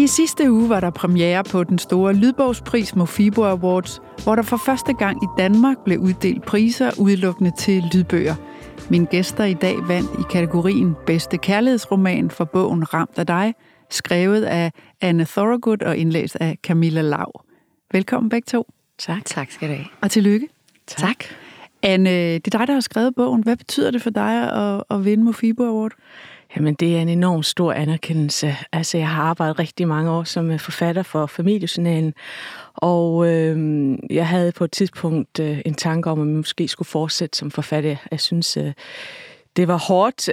I sidste uge var der premiere på den store lydbogspris Mofibo Awards, hvor der for første gang i Danmark blev uddelt priser udelukkende til lydbøger. Mine gæster i dag vandt i kategorien Bedste kærlighedsroman for bogen Ramt af dig, skrevet af Anne Thorogood og indlæst af Camilla Lau. Velkommen begge to. Tak. Tak skal du have. Og tillykke. Tak. Anne, det er dig, der har skrevet bogen. Hvad betyder det for dig at vinde Mofibo Award? Jamen, det er en enormt stor anerkendelse. Altså, jeg har arbejdet rigtig mange år som forfatter for Familiejournalen, og jeg havde på et tidspunkt en tanke om, at jeg måske skulle fortsætte som forfatter. Jeg synes, det var hårdt,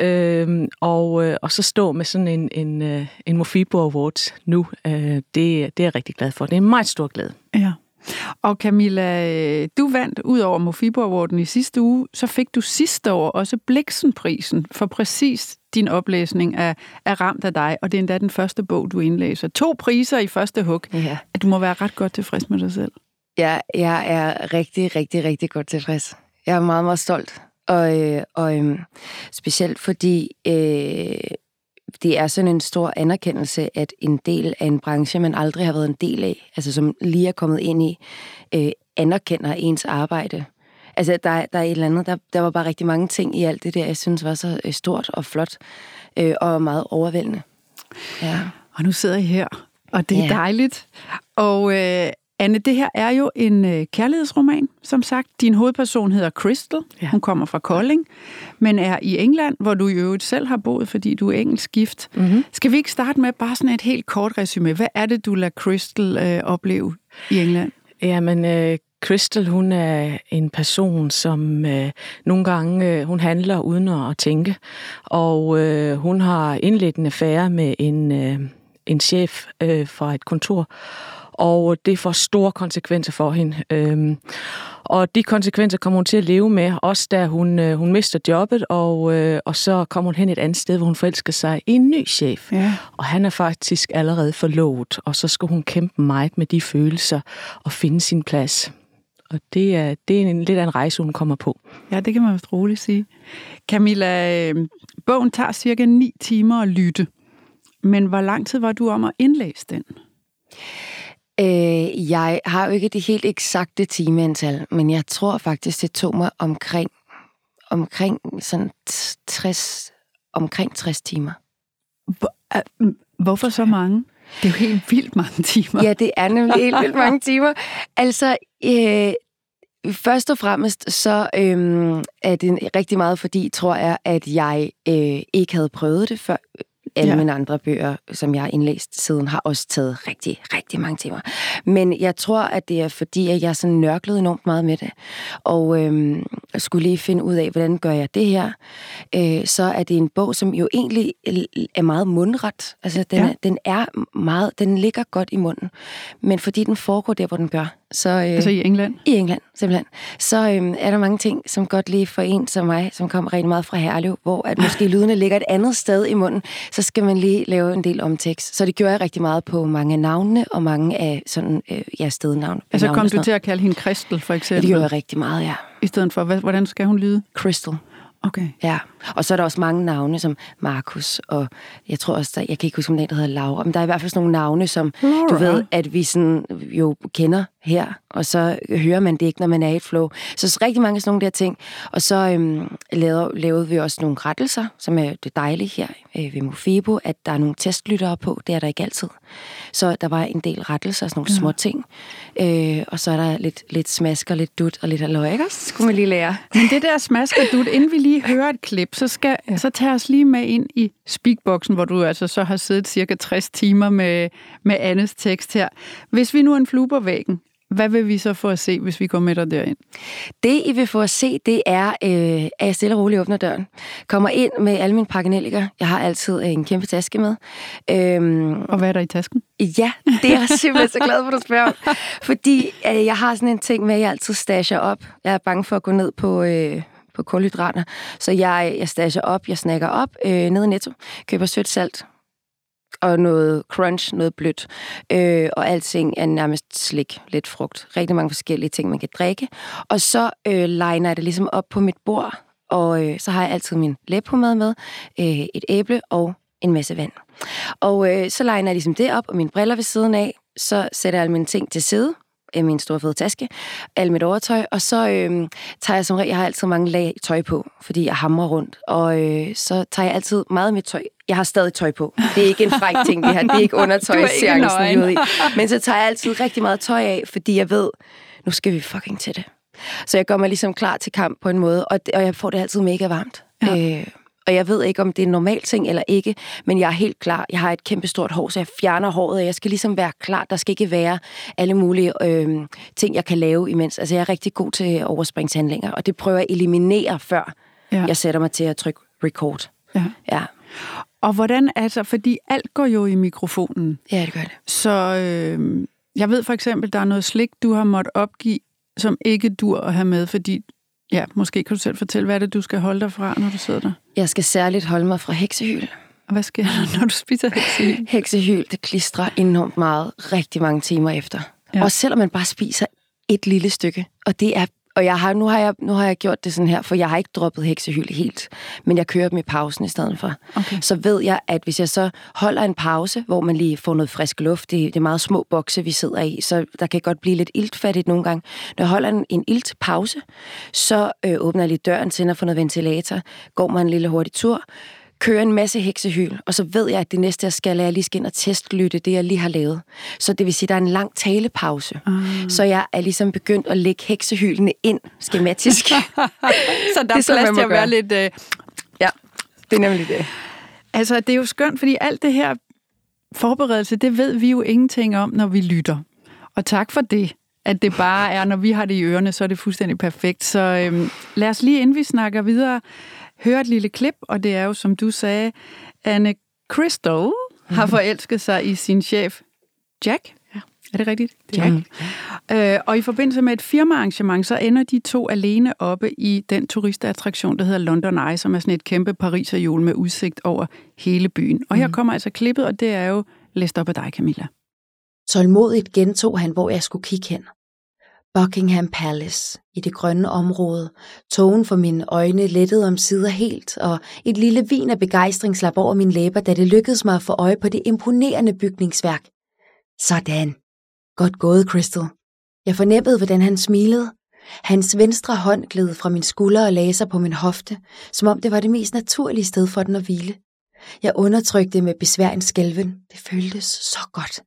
og så stå med sådan en Mofibo Award nu, det er jeg rigtig glad for. Det er en meget stor glæde. Ja. Og Camilla, du vandt ud over Mofibo Awarden i sidste uge, så fik du sidste år også Blixenprisen for præcis din oplæsning af Ramt af dig, og det er endda den første bog, du indlæser. 2 priser i første hug. Ja. Du må være ret godt tilfreds med dig selv. Ja, jeg er rigtig, rigtig, rigtig godt tilfreds. Jeg er meget, meget stolt, og specielt fordi det er sådan en stor anerkendelse, at en del af en branche, man aldrig har været en del af, altså som lige er kommet ind i, anerkender ens arbejde. Altså, der er et eller andet, der var bare rigtig mange ting i alt det der, jeg synes var så stort og flot, og meget overvældende. Ja. Og nu sidder I her, og det er dejligt. Og Anne, det her er jo en kærlighedsroman, som sagt. Din hovedperson hedder Crystal. Ja. Hun kommer fra Kolding, men er i England, hvor du i øvrigt selv har boet, fordi du er engelsk gift. Mm-hmm. Skal vi ikke starte med bare sådan et helt kort resume? Hvad er det, du lader Crystal opleve i England? Jamen, Crystal, hun er en person, som nogle gange hun handler uden at tænke, og hun har indledt en affære med en chef fra et kontor, og det får store konsekvenser for hende. Og de konsekvenser kommer hun til at leve med, også da hun mister jobbet, og så kommer hun hen et andet sted, hvor hun forelsker sig i en ny chef. Ja. Og han er faktisk allerede forlovet, og så skal hun kæmpe meget med de følelser og finde sin plads. Og det er lidt af en rejse, hun kommer på. Ja, det kan man vist roligt sige. Camilla, bogen tager cirka 9 timer at lytte. Men hvor lang tid var du om at indlæse den? Jeg har jo ikke det helt eksakte timeantal, men jeg tror faktisk, det tog mig omkring sådan 60 timer. Hvorfor så mange? Det er jo helt vildt mange timer. Ja, det er nemlig helt vildt mange timer. Altså, først og fremmest så er det rigtig meget fordi, tror jeg, at jeg ikke havde prøvet det før. Alle mine andre bøger, som jeg har indlæst siden, har også taget rigtig, rigtig mange timer. Men jeg tror, at det er fordi, at jeg sådan nørklede enormt meget med det. Og skulle lige finde ud af, hvordan gør jeg det her. Så er det en bog, som jo egentlig er meget mundret. Altså, den ligger godt i munden. Men fordi den foregår der, hvor den gør. Så, altså i England? I England, simpelthen. Så er der mange ting, som godt lige for en som mig, som kommer rigtig meget fra Herlev, hvor at måske lydene ligger et andet sted i munden, så skal man lige lave en del omtekst. Så det gjorde jeg rigtig meget på mange af navnene, og mange af sådan, stednavne. Altså kom du til at kalde hende Crystal, for eksempel? Det gjorde jeg rigtig meget, ja. I stedet for, hvordan skal hun lyde? Crystal. Okay. Ja, og så er der også mange navne, som Markus, og jeg tror også, jeg kan ikke huske, om der hedder Laura, men der er i hvert fald sådan nogle navne, som Laura. Du ved, at vi sådan jo kender her, og så hører man det ikke, når man er i et flow. Så rigtig mange af sådan nogle der ting. Og så lavede vi også nogle rettelser, som er det dejlige her ved Mofibo, at der er nogle testlyttere på, det er der ikke altid. Så der var en del rettelser, sådan nogle små ting. Og så er der lidt smask og lidt dut og lidt halløj, ikke? Så skulle man lige lære. Men det der smask og dut, inden vi lige hører et klip, så tager os lige med ind i speakboxen, hvor du altså så har siddet cirka 60 timer med Annes tekst her. Hvis vi nu er en flue på væggen, hvad vil vi så få at se, hvis vi går med dig derind? Det, I vil få at se, det er, at jeg stille og roligt åbner døren. Kommer ind med alle mine pakkenelliker. Jeg har altid en kæmpe taske med. Og hvad er der i tasken? Ja, det er jeg simpelthen så glad for, at du spørger. Fordi jeg har sådan en ting med, at jeg altid stasher op. Jeg er bange for at gå ned på kulhydrater. Så jeg stasher op, jeg snakker op ned i Netto, køber sødt salt, og noget crunch, noget blødt. Og alting er nærmest slik, lidt frugt. Rigtig mange forskellige ting, man kan drikke. Og så liner jeg det ligesom op på mit bord, og så har jeg altid min læbpomade med, et æble og en masse vand. Og så legner jeg ligesom det op, og mine briller ved siden af, så sætter jeg alle mine ting til side, min store fede taske, alt mit overtøj, og så tager jeg som regel, jeg har altid mange lag tøj på, fordi jeg hamrer rundt, og så tager jeg altid meget af mit tøj. Jeg har stadig tøj på. Det er ikke en fræk ting, det her. Det er ikke undertøjsseancen ude i. Men så tager jeg altid rigtig meget tøj af, fordi jeg ved, nu skal vi fucking til det. Så jeg gør mig ligesom klar til kamp på en måde, og jeg får det altid mega varmt. Ja. Og jeg ved ikke, om det er en normal ting eller ikke, men jeg er helt klar. Jeg har et kæmpestort hår, så jeg fjerner håret, og jeg skal ligesom være klar. Der skal ikke være alle mulige ting, jeg kan lave imens. Altså, jeg er rigtig god til overspringshandlinger, og det prøver jeg at eliminere, før jeg sætter mig til at trykke record. Ja. Og hvordan, altså, fordi alt går jo i mikrofonen. Ja, det gør det. Så jeg ved for eksempel, der er noget slik, du har måttet opgive, som ikke dur at have med, fordi, ja, måske kan du selv fortælle, hvad er det, du skal holde dig fra, når du sidder der? Jeg skal særligt holde mig fra heksehyl. Og hvad sker der, når du spiser heksehyl? Heksehyl, det klistrer enormt meget, rigtig mange timer efter. Ja. Og selvom man bare spiser et lille stykke, og det er. Og nu har jeg gjort det sådan her, for jeg har ikke droppet heksehyl helt, men jeg kører dem i pausen i stedet for. Okay. Så ved jeg, at hvis jeg så holder en pause, hvor man lige får noget frisk luft, det er meget små bokse, vi sidder i, så der kan godt blive lidt iltfattigt nogle gange. Når jeg holder en iltpause, så åbner jeg lige døren, tænder for noget ventilator, går mig en lille hurtig tur, kører en masse heksehyl, og så ved jeg, at det næste, jeg skal, er jeg lige skal ind og testlytte det, jeg lige har lavet. Så det vil sige, at der er en lang talepause. Så jeg er ligesom begyndt at lægge heksehylene ind skematisk. Så der er plads til at være lidt. Ja, det er nemlig det. Altså, det er jo skønt, fordi alt det her forberedelse, det ved vi jo ingenting om, når vi lytter. Og tak for det, at det bare er, når vi har det i ørerne, så er det fuldstændig perfekt. Så lad os lige, inden vi snakker videre, høre et lille klip, og det er jo, som du sagde, Anne Crystal har forelsket sig i sin chef, Jack. Ja. Er det rigtigt? Jack. Og i forbindelse med et firmaarrangement, så ender de to alene oppe i den turistattraktion, der hedder London Eye, som er sådan et kæmpe pariserhjul med udsigt over hele byen. Og her kommer altså klippet, og det er jo læst op af dig, Camilla. Tålmodigt gentog han, hvor jeg skulle kigge hen. Buckingham Palace, i det grønne område, tågen for mine øjne lettede omsider helt, og et lille vin af begejstring slap over mine læber, da det lykkedes mig at få øje på det imponerende bygningsværk. Sådan. Godt gået, Crystal. Jeg fornemmede, hvordan han smilede. Hans venstre hånd gled fra min skulder og lagde sig på min hofte, som om det var det mest naturlige sted for den at hvile. Jeg undertrykte med besvær en skælven. Det føltes så godt.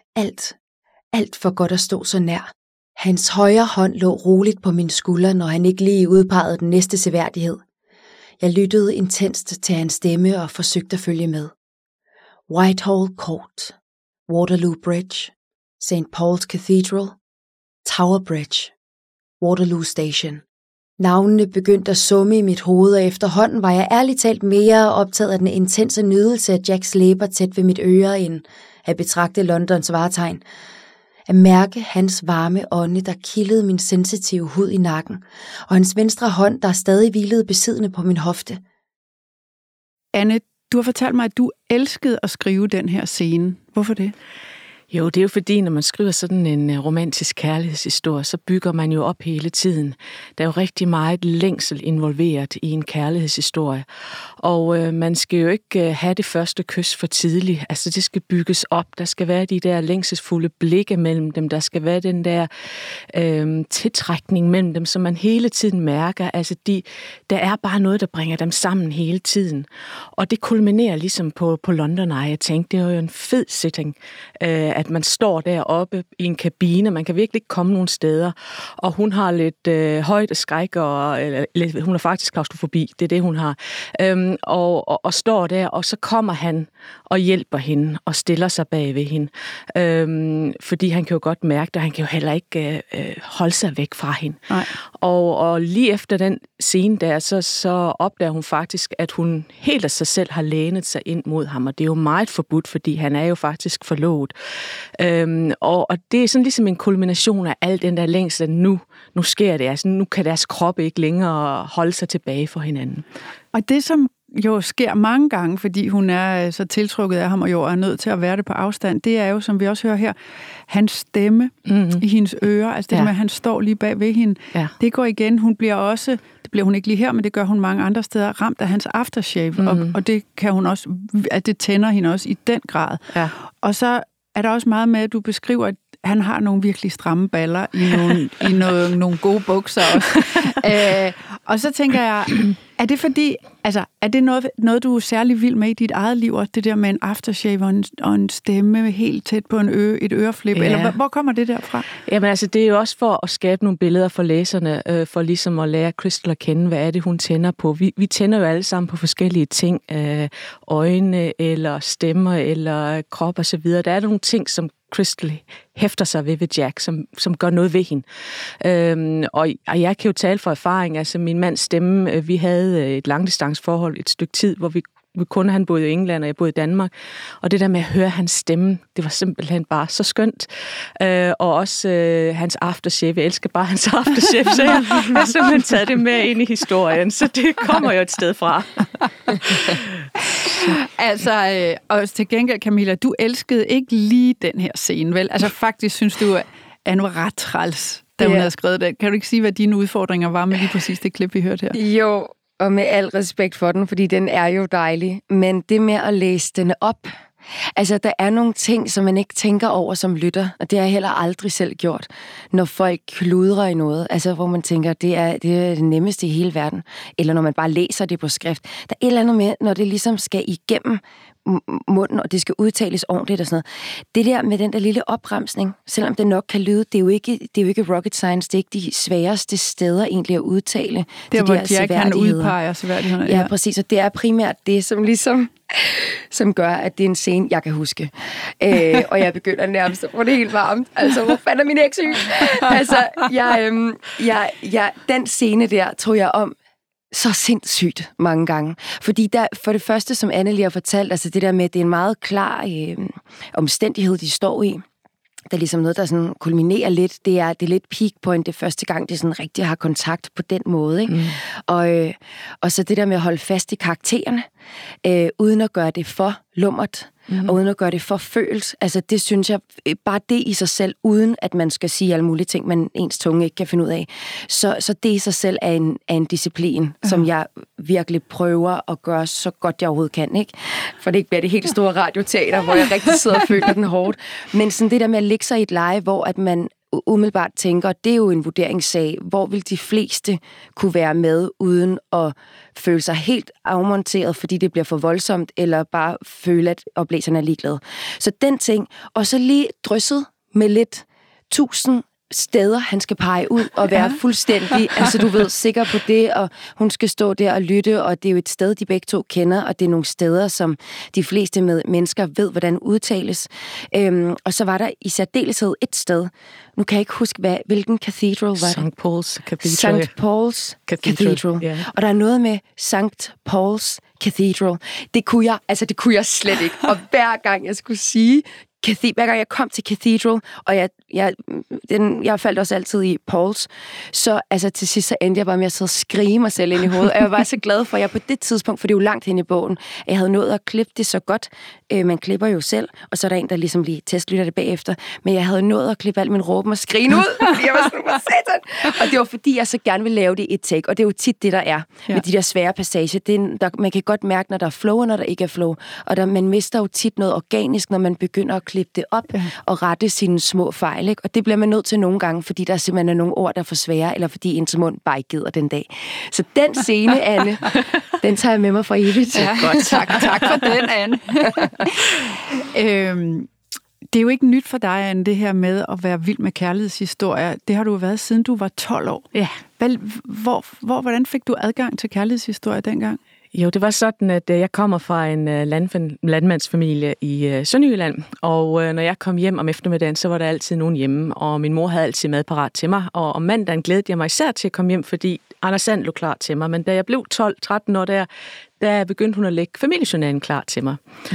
Alt for godt at stå så nær. Hans højre hånd lå roligt på min skulder, når han ikke lige udpegede den næste seværdighed. Jeg lyttede intenst til hans stemme og forsøgte at følge med. Whitehall Court, Waterloo Bridge, St. Paul's Cathedral, Tower Bridge, Waterloo Station. Navnene begyndte at summe i mit hoved, og efterhånden var jeg ærligt talt mere optaget af den intense nydelse af Jacks læber tæt ved mit øre, end at betragte Londons varetegn. At mærke hans varme ånde, der kildede min sensitive hud i nakken, og hans venstre hånd, der stadig hvilede besiddende på min hofte. Anne, du har fortalt mig, at du elskede at skrive den her scene. Hvorfor det? Jo, det er jo fordi, når man skriver sådan en romantisk kærlighedshistorie, så bygger man jo op hele tiden. Der er jo rigtig meget længsel involveret i en kærlighedshistorie. Og man skal jo ikke have det første kys for tidligt. Altså, det skal bygges op. Der skal være de der længselsfulde blikke mellem dem. Der skal være den der tiltrækning mellem dem, som man hele tiden mærker. Altså, der er bare noget, der bringer dem sammen hele tiden. Og det kulminerer ligesom på London Eye. Jeg tænkte, det er jo en fed setting, at man står deroppe i en kabine. Man kan virkelig ikke komme nogen steder. Og hun har lidt højdeskræk, eller hun har faktisk klaustrofobi. Det er det, hun har. Og står der, og så kommer han og hjælper hende og stiller sig bag ved hende. Fordi han kan jo godt mærke det, han kan jo heller ikke holde sig væk fra hende. Og lige efter den scene der, så opdager hun faktisk, at hun helt af sig selv har lænet sig ind mod ham, og det er jo meget forbudt, fordi han er jo faktisk forlovet. Og det er sådan ligesom en kulmination af al den der længsel, nu sker det, altså nu kan deres kroppe ikke længere holde sig tilbage for hinanden. Og det, som jo sker mange gange, fordi hun er så tiltrukket af ham, og jo er nødt til at være det på afstand, det er jo, som vi også hører her, hans stemme i hendes ører, altså det med, at han står lige bag ved hende, det går igen. Hun bliver også, det bliver hun ikke lige her, men det gør hun mange andre steder, ramt af hans aftershave, og det kan hun også, at det tænder hende også i den grad. Ja. Og så er der også meget med, at du beskriver, at han har nogle virkelig stramme baller i nogle gode bukser også. Og så tænker jeg, er det fordi, altså, er det noget, du er særlig vild med i dit eget liv, og det der med en aftershave og en stemme helt tæt på et øreflip, eller hvor kommer det derfra? Jamen altså, det er jo også for at skabe nogle billeder for læserne, for ligesom at lære Crystal at kende, hvad er det, hun tænder på. Vi tænder jo alle sammen på forskellige ting, øjne, eller stemmer, eller krop og så videre. Der er nogle ting, som Crystal hæfter sig ved Jack, som gør noget ved hende. Og jeg kan jo tale for erfaring, altså min mands stemme, vi havde et langdistanceforhold et stykke tid, hvor vi han boede i England, og jeg boede i Danmark. Og det der med at høre hans stemme, det var simpelthen bare så skønt. Og også hans aftershave. Jeg elsker bare hans aftershave, så jeg har simpelthen taget det med ind i historien. Så det kommer jo et sted fra. Altså, og til gengæld, Camilla, du elskede ikke lige den her scene, vel? Altså faktisk synes du, at nu ret træls, da hun havde skrevet det. Kan du ikke sige, hvad dine udfordringer var med lige præcis det klip, vi hørte her? Jo, og med al respekt for den, fordi den er jo dejlig. Men det med at læse den op, altså der er nogle ting, som man ikke tænker over som lytter, og det har jeg heller aldrig selv gjort, når folk kludrer i noget, altså hvor man tænker, det er det nemmeste i hele verden, eller når man bare læser det på skrift. Der er et eller andet med, når det ligesom skal igennem munden, og det skal udtales ordentligt og sådan noget. Det der med den der lille opremsning, selvom det nok kan lyde, det er jo ikke rocket science, det er ikke de sværeste steder egentlig at udtale. Det er, hvor Jack han udpeger seværdighederne. Ja, præcis, og det er primært det, som gør, at det er en scene, jeg kan huske. Og jeg begynder nærmest at få det helt varmt. Altså, hvor fanden er min eksyg? Altså, den scene der, tror jeg om så sindssygt mange gange. Fordi der, for det første, som Anne lige har fortalt, altså det der med, at det er en meget klar omstændighed, de står i. Der er ligesom noget, der sådan kulminerer lidt. Det er lidt peak point, det første gang, de sådan rigtig har kontakt på den måde. Ikke? Og så det der med at holde fast i karaktererne, uden at gøre det for lummert, og uden at gøre det for følt. Altså det synes jeg, bare det i sig selv, uden at man skal sige alle mulige ting, man ens tunge ikke kan finde ud af. Så det i sig selv er en disciplin, som jeg virkelig prøver at gøre så godt jeg overhovedet kan. Ikke? For det ikke bliver det helt store radioteater, hvor jeg rigtig sidder og føler den hårdt. Men sådan det der med at lægge sig i et leje, hvor at man umiddelbart tænker, det er jo en vurderingssag, hvor vil de fleste kunne være med, uden at føle sig helt afmonteret, fordi det bliver for voldsomt, eller bare føle, at oplæserne er ligeglade. Så den ting, og så lige drysset med lidt 1000 steder, han skal pege ud og være fuldstændig, altså du ved, sikker på det, og hun skal stå der og lytte, og det er jo et sted, de begge to kender, og det er nogle steder, som de fleste mennesker ved, hvordan udtales. Og så var der i særdeleshed et sted, nu kan jeg ikke huske, hvilken cathedral var det? St. Paul's Cathedral. St. Paul's Cathedral. Yeah. Og der er noget med St. Paul's Cathedral. Det kunne jeg slet ikke. Og hver gang jeg skulle sige hver gang jeg kom til Cathedral, og jeg faldt også altid i Pauls, så altså til sidst så endte jeg bare med at sidde og skrige mig selv ind i hovedet. Og jeg var bare så glad for, at jeg på det tidspunkt, for det er jo langt hen i bogen, at jeg havde nået at klippe det så godt. Man klipper jo selv, og så er der en, der ligesom lige testlytter det bagefter. Men jeg havde nået at klippe alt min råben og skrige ud, fordi jeg var sådan, hvor satan. Og det var fordi, jeg så gerne ville lave det i et take, og det er jo tit det, der er med de der svære passager. Man kan godt mærke, når der er flow, og når der ikke er flow. Og man mister jo tit noget organisk, når man begynder at klippe det op og rette sine små fejl. Ikke? Og det bliver man nødt til nogle gange, fordi der simpelthen er nogle ord, der er for svære, eller fordi ens mund bare ikke gider den dag. Så den scene, Anne, den tager jeg med mig for evigt. Ja, godt. Tak for den, Anne. Det er jo ikke nyt for dig, Anne, det her med at være vild med kærlighedshistorier. Det har du været, siden du var 12 år. Ja. Hvordan fik du adgang til kærlighedshistorier dengang? Jo, det var sådan, at jeg kommer fra en landmandsfamilie i Sønderjylland, og når jeg kom hjem om eftermiddagen, så var der altid nogen hjemme, og min mor havde altid mad parat til mig, og om mandagen glædede jeg mig især til at komme hjem, fordi Anders Sand lå klar til mig, men da jeg blev 12-13 år der begyndte hun at lægge familiejournalen klar til mig.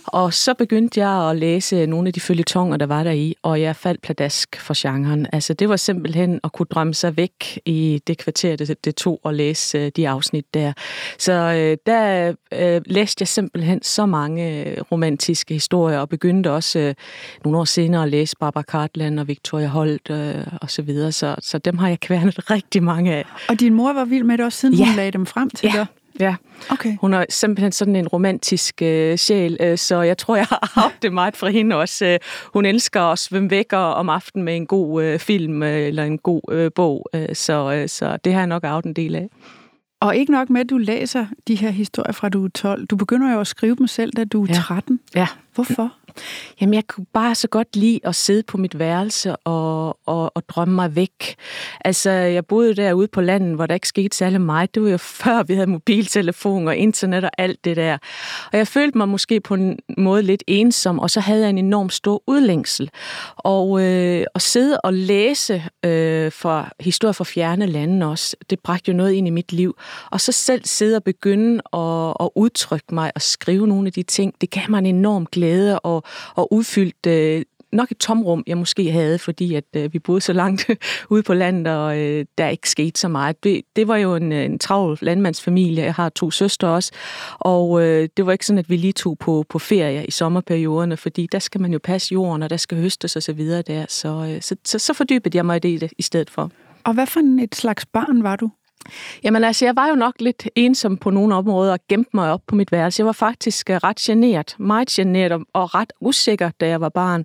Og så begyndte jeg at læse nogle af de følgetonger, der var der i, og jeg faldt pladask for genren. Altså, det var simpelthen at kunne drømme sig væk i det kvarter, det tog at læse de afsnit der. Så der læste jeg simpelthen så mange romantiske historier, og begyndte også nogle år senere at læse Barbara Cartland og Victoria Holt og så videre. Så dem har jeg kværnet rigtig mange af. Og din mor var vild med det også, siden hun lagde dem frem til dig? Ja, okay. Hun er simpelthen sådan en romantisk sjæl, så jeg tror, jeg har haft det meget fra hende også. Hun elsker at svømme væk om aftenen med en god film eller en god bog, så det har jeg nok arvet en del af. Og ikke nok med, at du læser de her historier fra du er 12. Du begynder jo at skrive dem selv, da du er 13. Ja. Hvorfor? Jamen, jeg kunne bare så godt lide at sidde på mit værelse og drømme mig væk. Altså, jeg boede derude på landet, hvor der ikke skete særlig meget. Det var jo før, vi havde mobiltelefon og internet og alt det der. Og jeg følte mig måske på en måde lidt ensom, og så havde jeg en enorm stor udlængsel. Og at sidde og læse for historier fra fjerne lande også, det bragte jo noget ind i mit liv. Og så selv sidde og begynde at udtrykke mig og skrive nogle af de ting, det gav mig en enorm glæde og udfyldt nok et tomrum, jeg måske havde, fordi at vi boede så langt ude på landet, og der ikke skete så meget. Det var jo en travl landmandsfamilie. Jeg har 2 søstre også, og det var ikke sådan, at vi lige tog på ferie i sommerperioderne, fordi der skal man jo passe jorden, og der skal høstes og så videre der. Så fordybede jeg mig i det i stedet for. Og hvad for et slags barn var du? Jamen altså, jeg var jo nok lidt ensom på nogle områder og gemte mig op på mit værelse. Jeg var faktisk ret genert, meget genert og ret usikker, da jeg var barn.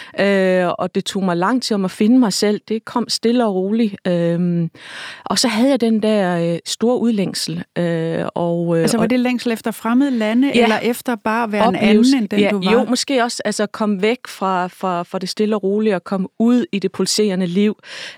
Og det tog mig lang tid om at finde mig selv. Det kom stille og roligt. Og så havde jeg den der store udlængsel. Altså var det længsel efter fremmede lande, eller efter bare at være en anden, end den du var? Jo, måske også altså komme væk fra det stille og rolige og komme ud i det pulserende liv.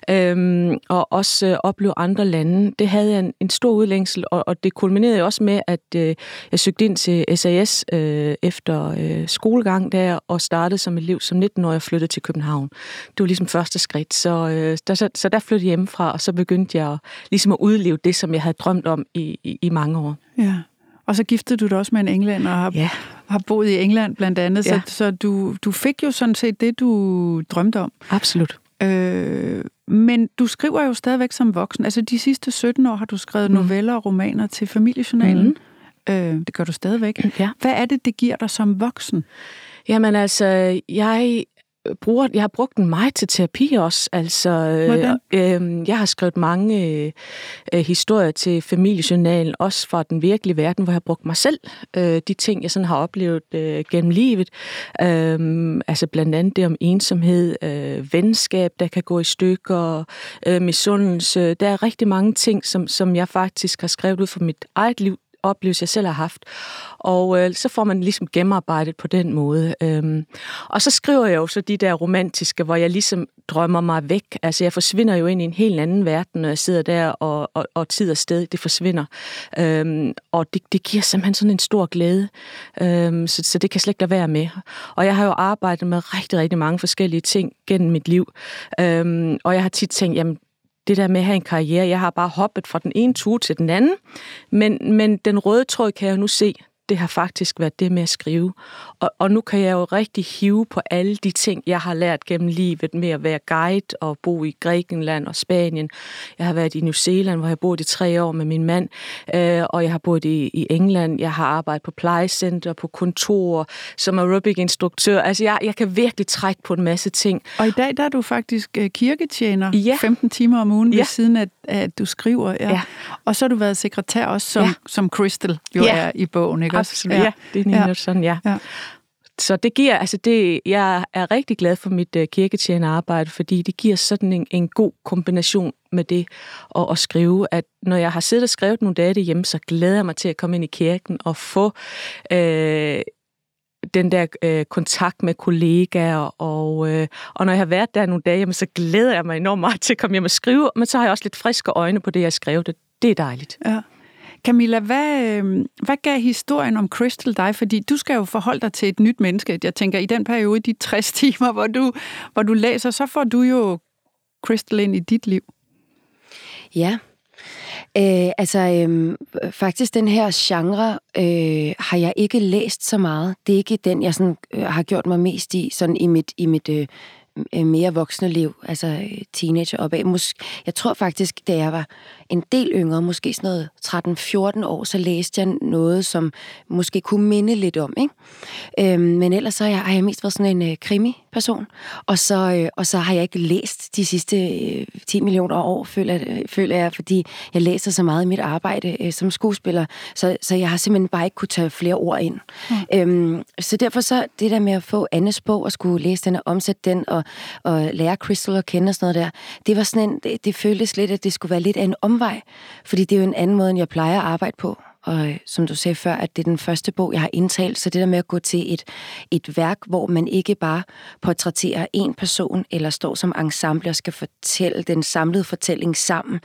Og også opleve andre lande. Det havde jeg en stor udlængsel, og det kulminerede også med, at jeg søgte ind til SAS efter skolegang der, og startede som elev som 19-årig og flyttede til København. Det var ligesom første skridt, så der flyttede jeg hjemmefra, og så begyndte jeg ligesom at udleve det, som jeg havde drømt om i mange år. Ja, og så giftede du dig også med en englænder og har boet i England blandt andet, så du fik jo sådan set det, du drømte om. Absolut. Men du skriver jo stadigvæk som voksen. Altså de sidste 17 år har du skrevet noveller og romaner til Familiejournalen. Det gør du stadigvæk. Ja. Hvad er det giver dig som voksen? Jamen altså, jeg har brugt den meget til terapi også. Altså, jeg har skrevet mange historier til Familiejournalen, også fra den virkelige verden, hvor jeg har brugt mig selv. De ting, jeg sådan har oplevet gennem livet. Altså blandt andet det om ensomhed, venskab, der kan gå i stykker, misundelse. Der er rigtig mange ting, som jeg faktisk har skrevet ud fra mit eget liv, oplevelse, jeg selv har haft. Og så får man ligesom gennemarbejdet på den måde. Og så skriver jeg jo så de der romantiske, hvor jeg ligesom drømmer mig væk. Altså jeg forsvinder jo ind i en helt anden verden, når jeg sidder der, og tid og sted, det forsvinder. Og det giver simpelthen sådan en stor glæde. Så det kan slet ikke lade være med. Og jeg har jo arbejdet med rigtig, rigtig mange forskellige ting gennem mit liv. Og jeg har tit tænkt, jamen, det der med at have en karriere, jeg har bare hoppet fra den ene tue til den anden, men den røde tråd kan jeg nu se, det har faktisk været det med at skrive. Og nu kan jeg jo rigtig hive på alle de ting, jeg har lært gennem livet med at være guide og bo i Grækenland og Spanien. Jeg har været i New Zealand, hvor jeg boede i 3 år med min mand, og jeg har boet i England. Jeg har arbejdet på plejecenter, på kontor, som aerobic-instruktør. Altså jeg kan virkelig trække på en masse ting. Og i dag der er du faktisk kirketjener 15 timer om ugen ved siden af, at du skriver. Ja. Og så har du været sekretær også, som Crystal jo er i bogen, ikke? Absolut, ja. Det er sådan, ja. Så det giver, altså jeg er rigtig glad for mit kirketjenerarbejde, fordi det giver sådan en god kombination med det at skrive, at når jeg har siddet og skrevet nogle dage hjemme, så glæder jeg mig til at komme ind i kirken og få den der kontakt med kollegaer, og når jeg har været der nogle dage, så glæder jeg mig enormt meget til at komme hjem og skrive, men så har jeg også lidt friske øjne på det, jeg skrev. Det er dejligt. Ja. Camilla, hvad gav historien om Crystal dig? Fordi du skal jo forholde dig til et nyt menneske. Jeg tænker, i den periode, de 60 timer, hvor du læser, så får du jo Crystal ind i dit liv. Ja, Faktisk den her genre har jeg ikke læst så meget. Det er ikke den, jeg sådan, har gjort mig mest i, sådan i mit mere voksne liv, altså teenager opad. Jeg tror faktisk, da jeg var en del yngre, måske sådan noget 13-14 år, så læste jeg noget, som måske kunne minde lidt om, ikke? Men ellers så har jeg mest været sådan en krimi-person, og så har jeg ikke læst de sidste 10 millioner år, føler jeg, fordi jeg læser så meget i mit arbejde som skuespiller, så jeg har simpelthen bare ikke kunne tage flere ord ind. Så derfor så, det der med at få Annes bog, og skulle læse den og omsætte den, og lære Crystal at kende og sådan noget der, det var sådan det føltes lidt, at det skulle være lidt af en omvej, fordi det er jo en anden måde, end jeg plejer at arbejde på. Og som du sagde før, at det er den første bog, jeg har indtalt, så det der med at gå til et værk, hvor man ikke bare portrætterer en person, eller står som ensemble og skal fortælle den samlede fortælling sammen,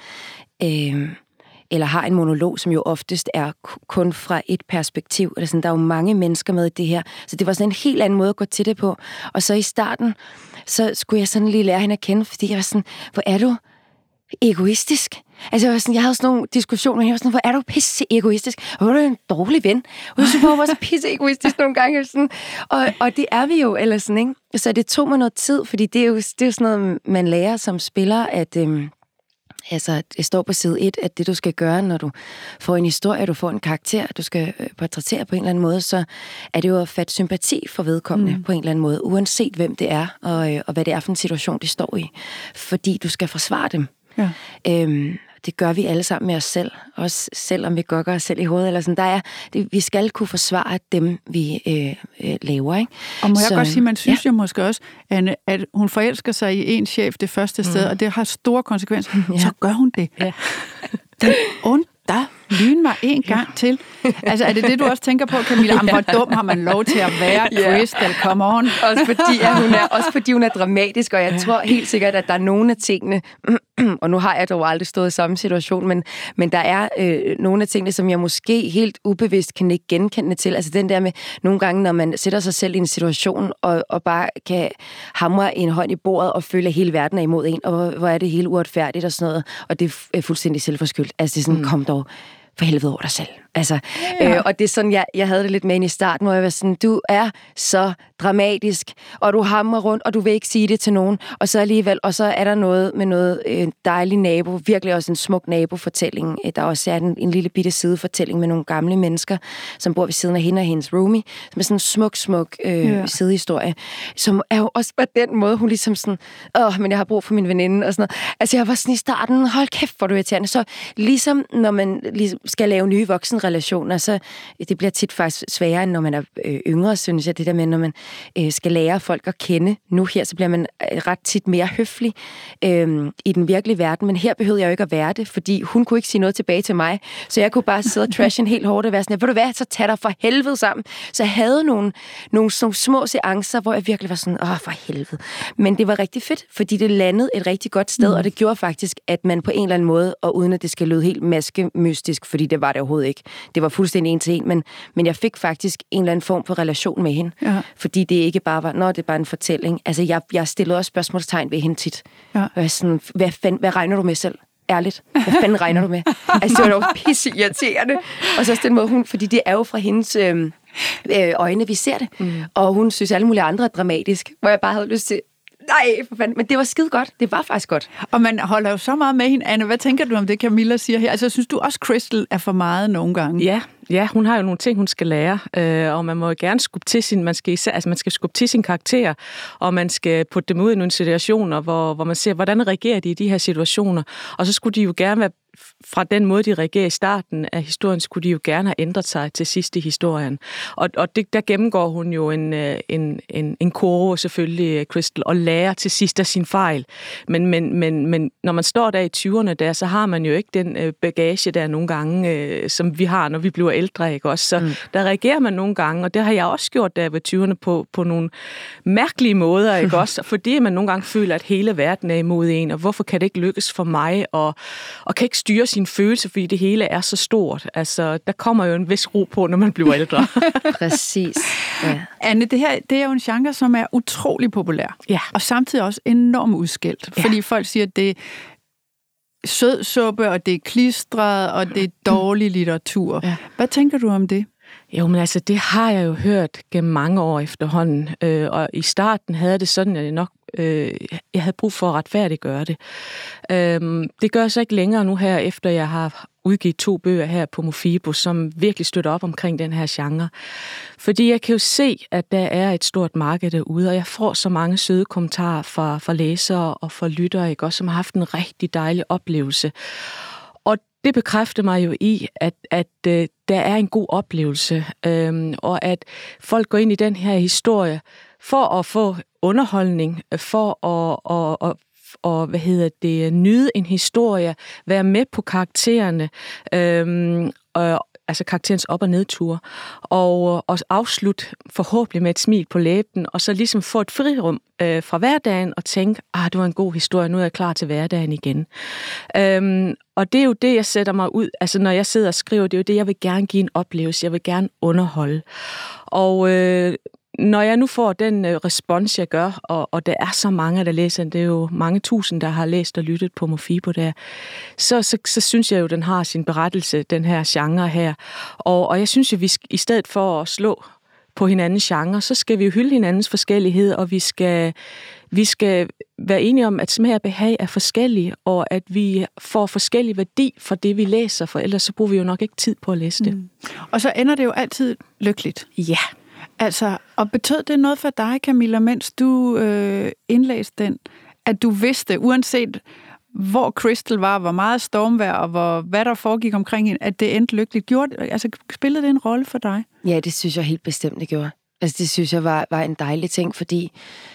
eller har en monolog, som jo oftest er kun fra et perspektiv. Eller sådan, der er jo mange mennesker med i det her, så det var sådan en helt anden måde at gå til det på. Og så i starten, så skulle jeg sådan lige lære hende at kende, fordi jeg var sådan, hvor er du egoistisk? Altså, jeg havde sådan nogle diskussioner, og jeg var sådan, hvor er du pisse egoistisk? Og hvor er du en dårlig ven? Og jeg synes, hvor var så pisse egoistisk nogle gange. Sådan. Og det er vi jo, eller sådan, ikke? Så det tog mig noget tid, fordi det er jo sådan noget, man lærer som spiller, at det står på side 1, at det du skal gøre, når du får en historie, du får en karakter, du skal portrættere på en eller anden måde, så er det jo at fatte sympati for vedkommende på en eller anden måde, uanset hvem det er, og hvad det er for en situation, de står i. Fordi du skal forsvare dem. Ja. Det gør vi alle sammen med os selv, også selvom vi gokker os selv i hovedet, eller sådan. Vi skal kunne forsvare dem, vi laver, ikke? Og må jeg godt sige, man synes jo måske også, Anne, at hun forelsker sig i en chef det første sted, og det har store konsekvenser. Så gør hun det. Ja. Den lyn mig en gang til. Altså, er det du også tænker på, Camilla? Jamen, hvor dum har man lov til at være? Crystal, come on. Også fordi hun er dramatisk, og jeg tror helt sikkert, at der er nogle af tingene, og nu har jeg dog aldrig stået i samme situation, men der er nogle af tingene, som jeg måske helt ubevidst kan ikke genkende til. Altså den der med, nogle gange, når man sætter sig selv i en situation, og bare kan hamre en hånd i bordet, og føle, at hele verden er imod en, og hvor er det helt uretfærdigt og sådan noget, og det er fuldstændig selvforskyldt. Altså det er sådan, kom dog for helvede over dig selv. Altså, og det er sådan, jeg havde det lidt med i starten, hvor jeg var sådan, du er så dramatisk, og du hamrer rundt, og du vil ikke sige det til nogen, og så alligevel, og så er der noget med noget dejlig nabo, virkelig også en smuk nabofortælling. Der også er en lille bitte sidefortælling med nogle gamle mennesker, som bor ved siden af hende og hendes roomie, som er sådan en smuk sidehistorie, som er jo også på den måde, hun ligesom sådan, men jeg har brug for min veninde, og sådan noget. Altså, jeg var sådan i starten, hold kæft, hvor du irriterende. Så ligesom, når man skal lave nye voksenrelationer, så det bliver tit faktisk sværere, end når man er yngre, synes jeg, det der med, når man skal lære folk at kende. Nu her, så bliver man ret tit mere høflig i den virkelige verden, men her behøvede jeg jo ikke at være det, fordi hun kunne ikke sige noget tilbage til mig, så jeg kunne bare sidde og trashe helt hårdt og være sådan, ved du hvad, så tag dig for helvede sammen. Så jeg havde nogle små seancer, hvor jeg virkelig var sådan, for helvede. Men det var rigtig fedt, fordi det landede et rigtig godt sted, og det gjorde faktisk, at man på en eller anden måde, og uden at det skal lyde helt maskemystisk, fordi det var det overhovedet ikke. Det var fuldstændig en til en, men jeg fik faktisk en eller anden form for relation med hende. Ja. Fordi det ikke bare var, det er bare en fortælling. Altså, jeg stillede også spørgsmålstegn ved hende tit. Ja. Sådan, hvad regner du med selv? Ærligt. Hvad fanden regner du med? Altså, det var jo pisse irriterende. Og så den måde, fordi det er jo fra hendes øjne, vi ser det. Og hun synes, alle mulige andre er dramatisk. Hvor jeg bare havde lyst til, nej, for fanden. Men det var skide godt. Det var faktisk godt. Og man holder jo så meget med hende. Anne, hvad tænker du om det, Camilla siger her? Altså, synes du også, Crystal er for meget nogle gange? Ja, hun har jo nogle ting, hun skal lære, og man må jo gerne skubbe til man skal skubbe til sin karakter, og man skal putte dem ud i nogle situationer, hvor man ser, hvordan reagerer de i de her situationer. Og så skulle de jo gerne være, fra den måde, de reagerer i starten af historien, skulle de jo gerne have ændret sig til sidst i historien. Og der gennemgår hun jo en kurve, selvfølgelig, Crystal, og lærer til sidst af sin fejl. Men når man står der i 20'erne der, så har man jo ikke den bagage der nogle gange, som vi har, når vi bliver ældre, ikke også? Så der reagerer man nogle gange, og det har jeg også gjort der ved 20'erne på nogle mærkelige måder, ikke også? Fordi man nogle gange føler, at hele verden er imod en, og hvorfor kan det ikke lykkes for mig, og kan ikke styre sine følelser, fordi det hele er så stort. Altså, der kommer jo en vis ro på, når man bliver ældre. Præcis. Ja. Anne, det er jo en genre, som er utrolig populær. Ja. Og samtidig også enormt udskældt. Ja. Fordi folk siger, at det sødsuppe, og det er klistret, og det er dårlig litteratur. Ja. Hvad tænker du om det? Jo, men altså, det har jeg jo hørt gennem mange år efterhånden. Og i starten havde det sådan, at jeg havde brug for at retfærdiggøre det. Det gør jeg så ikke længere nu her, efter jeg har udgivet 2 bøger her på Mofibo, som virkelig støtter op omkring den her genre. Fordi jeg kan jo se, at der er et stort marked derude, og jeg får så mange søde kommentarer fra læsere og fra lyttere, ikke? Også, som har haft en rigtig dejlig oplevelse. Og det bekræfter mig jo i, at der er en god oplevelse, og at folk går ind i den her historie for at få underholdning, for at nyde en historie, være med på karaktererne, altså karakterens op- og nedture, og afslutte forhåbentlig med et smil på læben, og så ligesom få et frirum fra hverdagen og tænke, det var en god historie, nu er jeg klar til hverdagen igen. Og det er jo det, jeg sætter mig ud, altså når jeg sidder og skriver, det er jo det, jeg vil gerne give en oplevelse, jeg vil gerne underholde. Og når jeg nu får den respons, jeg gør, og der er så mange, der læser, det er jo mange tusind, der har læst og lyttet på Mofibo der, så synes jeg jo, den har sin berettelse, den her genre her. Og jeg synes jo, vi i stedet for at slå på hinandens genre, så skal vi jo hylde hinandens forskellighed, og vi skal være enige om, at smag og behag er forskellige, og at vi får forskellig værdi for det, vi læser, for ellers så bruger vi jo nok ikke tid på at læse det. Og så ender det jo altid lykkeligt. Ja. Altså, og betød det noget for dig, Camilla, mens du indlæste den, at du vidste, uanset hvor Crystal var, hvor meget stormvejr, og hvad der foregik omkring hende, at det endte lykkeligt? Spillede det en rolle for dig? Ja, det synes jeg helt bestemt, det gjorde. Altså, det synes jeg var en dejlig ting, fordi,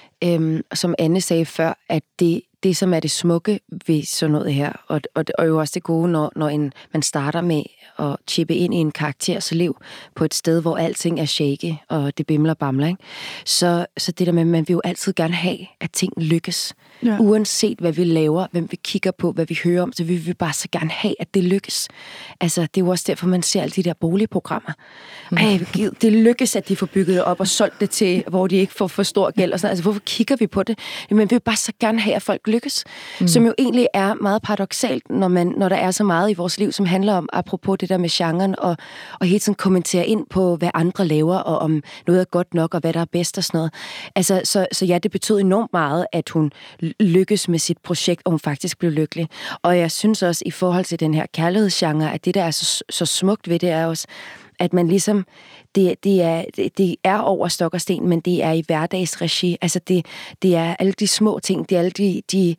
som Anne sagde før, at det, som er det smukke ved sådan noget her, og jo også det gode, når man starter med at chippe ind i en karakters liv på et sted, hvor alting er shaky, og det bimler og bamler, ikke? Så det der med, at man vil jo altid gerne have, at ting lykkes. Ja. Uanset hvad vi laver, hvem vi kigger på, hvad vi hører om, så vil vi bare så gerne have, at det lykkes. Altså, det er jo også derfor, man ser alle de der boligprogrammer. Det lykkes, at de får bygget det op og solgt det til, hvor de ikke får for stor gæld og sådan. Altså, hvorfor kigger vi på det? Men vi vil bare så gerne have, at folk lykkes. Som jo egentlig er meget paradoksalt, når der er så meget i vores liv, som handler om, apropos det der med genren, og hele tiden kommentere ind på, hvad andre laver, og om noget er godt nok, og hvad der er bedst og sådan noget. Altså, så ja, det betød enormt meget, at hun lykkes med sit projekt, og hun faktisk blev lykkelig. Og jeg synes også, i forhold til den her kærlighedsgenre, at det, der er så smukt ved det, er også, at man ligesom, det er over stok og sten, men det er i hverdagsregi. Altså det er alle de små ting, det er alle de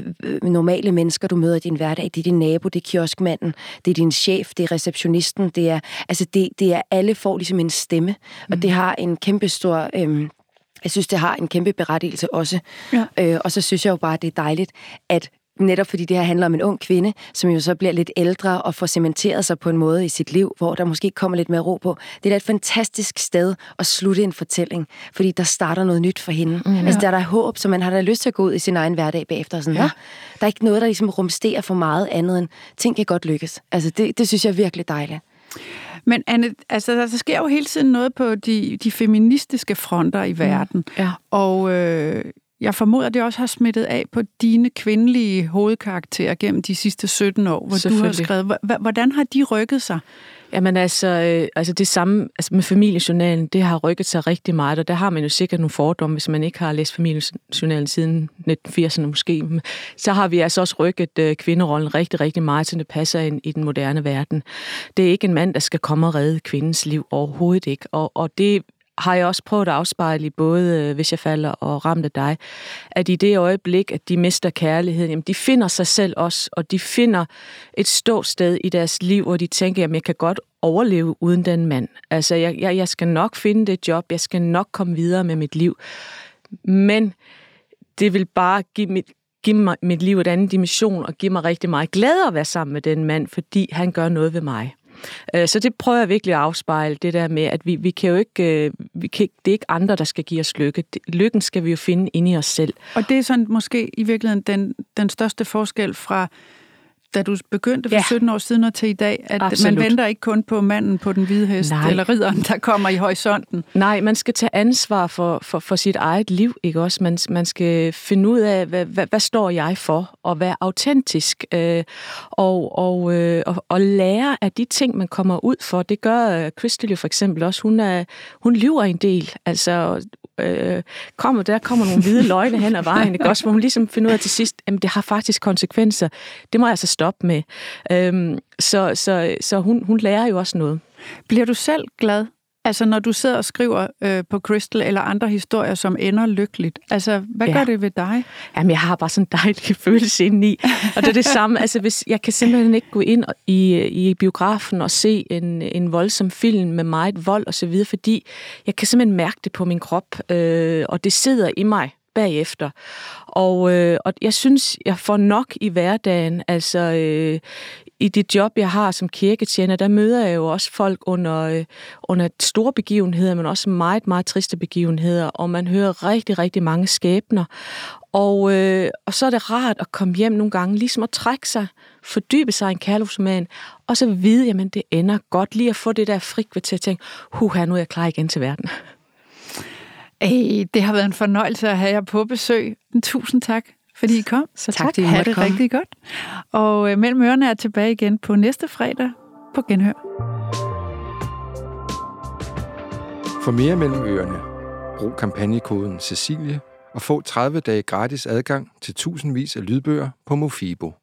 normale mennesker, du møder i din hverdag. Det er din nabo, det er kioskmanden, det er din chef, det er receptionisten, det er alle får ligesom en stemme, og det har en kæmpe stor... Jeg synes, det har en kæmpe berettigelse også. Ja. Og så synes jeg jo bare, at det er dejligt, at netop fordi det her handler om en ung kvinde, som jo så bliver lidt ældre og får cementeret sig på en måde i sit liv, hvor der måske kommer lidt mere ro på. Det er da et fantastisk sted at slutte en fortælling, fordi der starter noget nyt for hende. Altså, der er der håb, så man har da lyst til at gå ud i sin egen hverdag bagefter. Og sådan, der er ikke noget, der ligesom rumsterer for meget andet end, ting kan godt lykkes. Altså, det synes jeg er virkelig dejligt. Men Anne, altså, der sker jo hele tiden noget på de feministiske fronter i verden. Ja. Og jeg formoder, at det også har smittet af på dine kvindelige hovedkarakterer gennem de sidste 17 år, hvor du har skrevet. Hvordan har de rykket sig? Jamen altså det samme med familiejournalen, det har rykket sig rigtig meget, og der har man jo sikkert nogle fordomme, hvis man ikke har læst familiejournalen siden 1980'erne måske. Så har vi altså også rykket kvinderollen rigtig, rigtig meget, så det passer ind i den moderne verden. Det er ikke en mand, der skal komme og redde kvindens liv, overhovedet ikke. Og det har jeg også prøvet at afspejle i både Hvis jeg falder og Ramte dig, at i det øjeblik, at de mister kærligheden, jamen de finder sig selv også, og de finder et ståsted i deres liv, hvor de tænker, at jeg kan godt overleve uden den mand. Altså, jeg skal nok finde det job, jeg skal nok komme videre med mit liv, men det vil bare give mig mit liv et anden dimension, og give mig rigtig meget glæde at være sammen med den mand, fordi han gør noget ved mig. Så det prøver jeg virkelig at afspejle, det der med, at vi kan jo ikke, det er ikke andre, der skal give os lykke. Lykken skal vi jo finde inde i os selv. Og det er sådan måske i virkeligheden den største forskel fra da du begyndte for 17 år siden og til i dag, at Absolut. man venter ikke kun på manden på den hvide hest, eller ridderen, der kommer i horisonten. Nej, man skal tage ansvar for sit eget liv, ikke også? Man skal finde ud af, hvad står jeg for, og være autentisk, og lære af de ting, man kommer ud for. Det gør Crystal jo for eksempel også. Hun lyver en del, altså kommer nogle hvide løgne hen ad vejen, ikke også? Hvor man ligesom finder ud af til sidst, at det har faktisk konsekvenser. Det må jeg altså stoppe med. Så hun lærer jo også noget. Bliver du selv glad? Altså, når du sidder og skriver på Crystal eller andre historier, som ender lykkeligt. Altså, hvad gør det ved dig? Jamen, jeg har bare sådan en dejlig følelse indeni. Og det er det samme. Altså, hvis jeg kan simpelthen ikke gå ind i biografen og se en voldsom film med meget vold og så videre, fordi jeg kan simpelthen mærke det på min krop, og det sidder i mig bagefter. Og jeg synes, jeg får nok i hverdagen. Altså, i det job, jeg har som kirketjener, der møder jeg jo også folk under store begivenheder, men også meget, meget triste begivenheder, og man hører rigtig, rigtig mange skæbner. Og så er det rart at komme hjem nogle gange, ligesom at trække sig, fordybe sig i en kærlighedsroman, og så vide, jamen det ender godt, lige at få det der frikvarter til at tænke, nu er jeg klar igen til verden. Det har været en fornøjelse at have jer på besøg. Tusind tak, fordi I kom. Så tak, fordi I måtte komme. Rigtig godt. Og Mellem Ørerne er tilbage igen på næste fredag på Genhør. For mere Mellem Ørerne, brug kampagnekoden Cecilie og få 30 dage gratis adgang til tusindvis af lydbøger på Mofibo.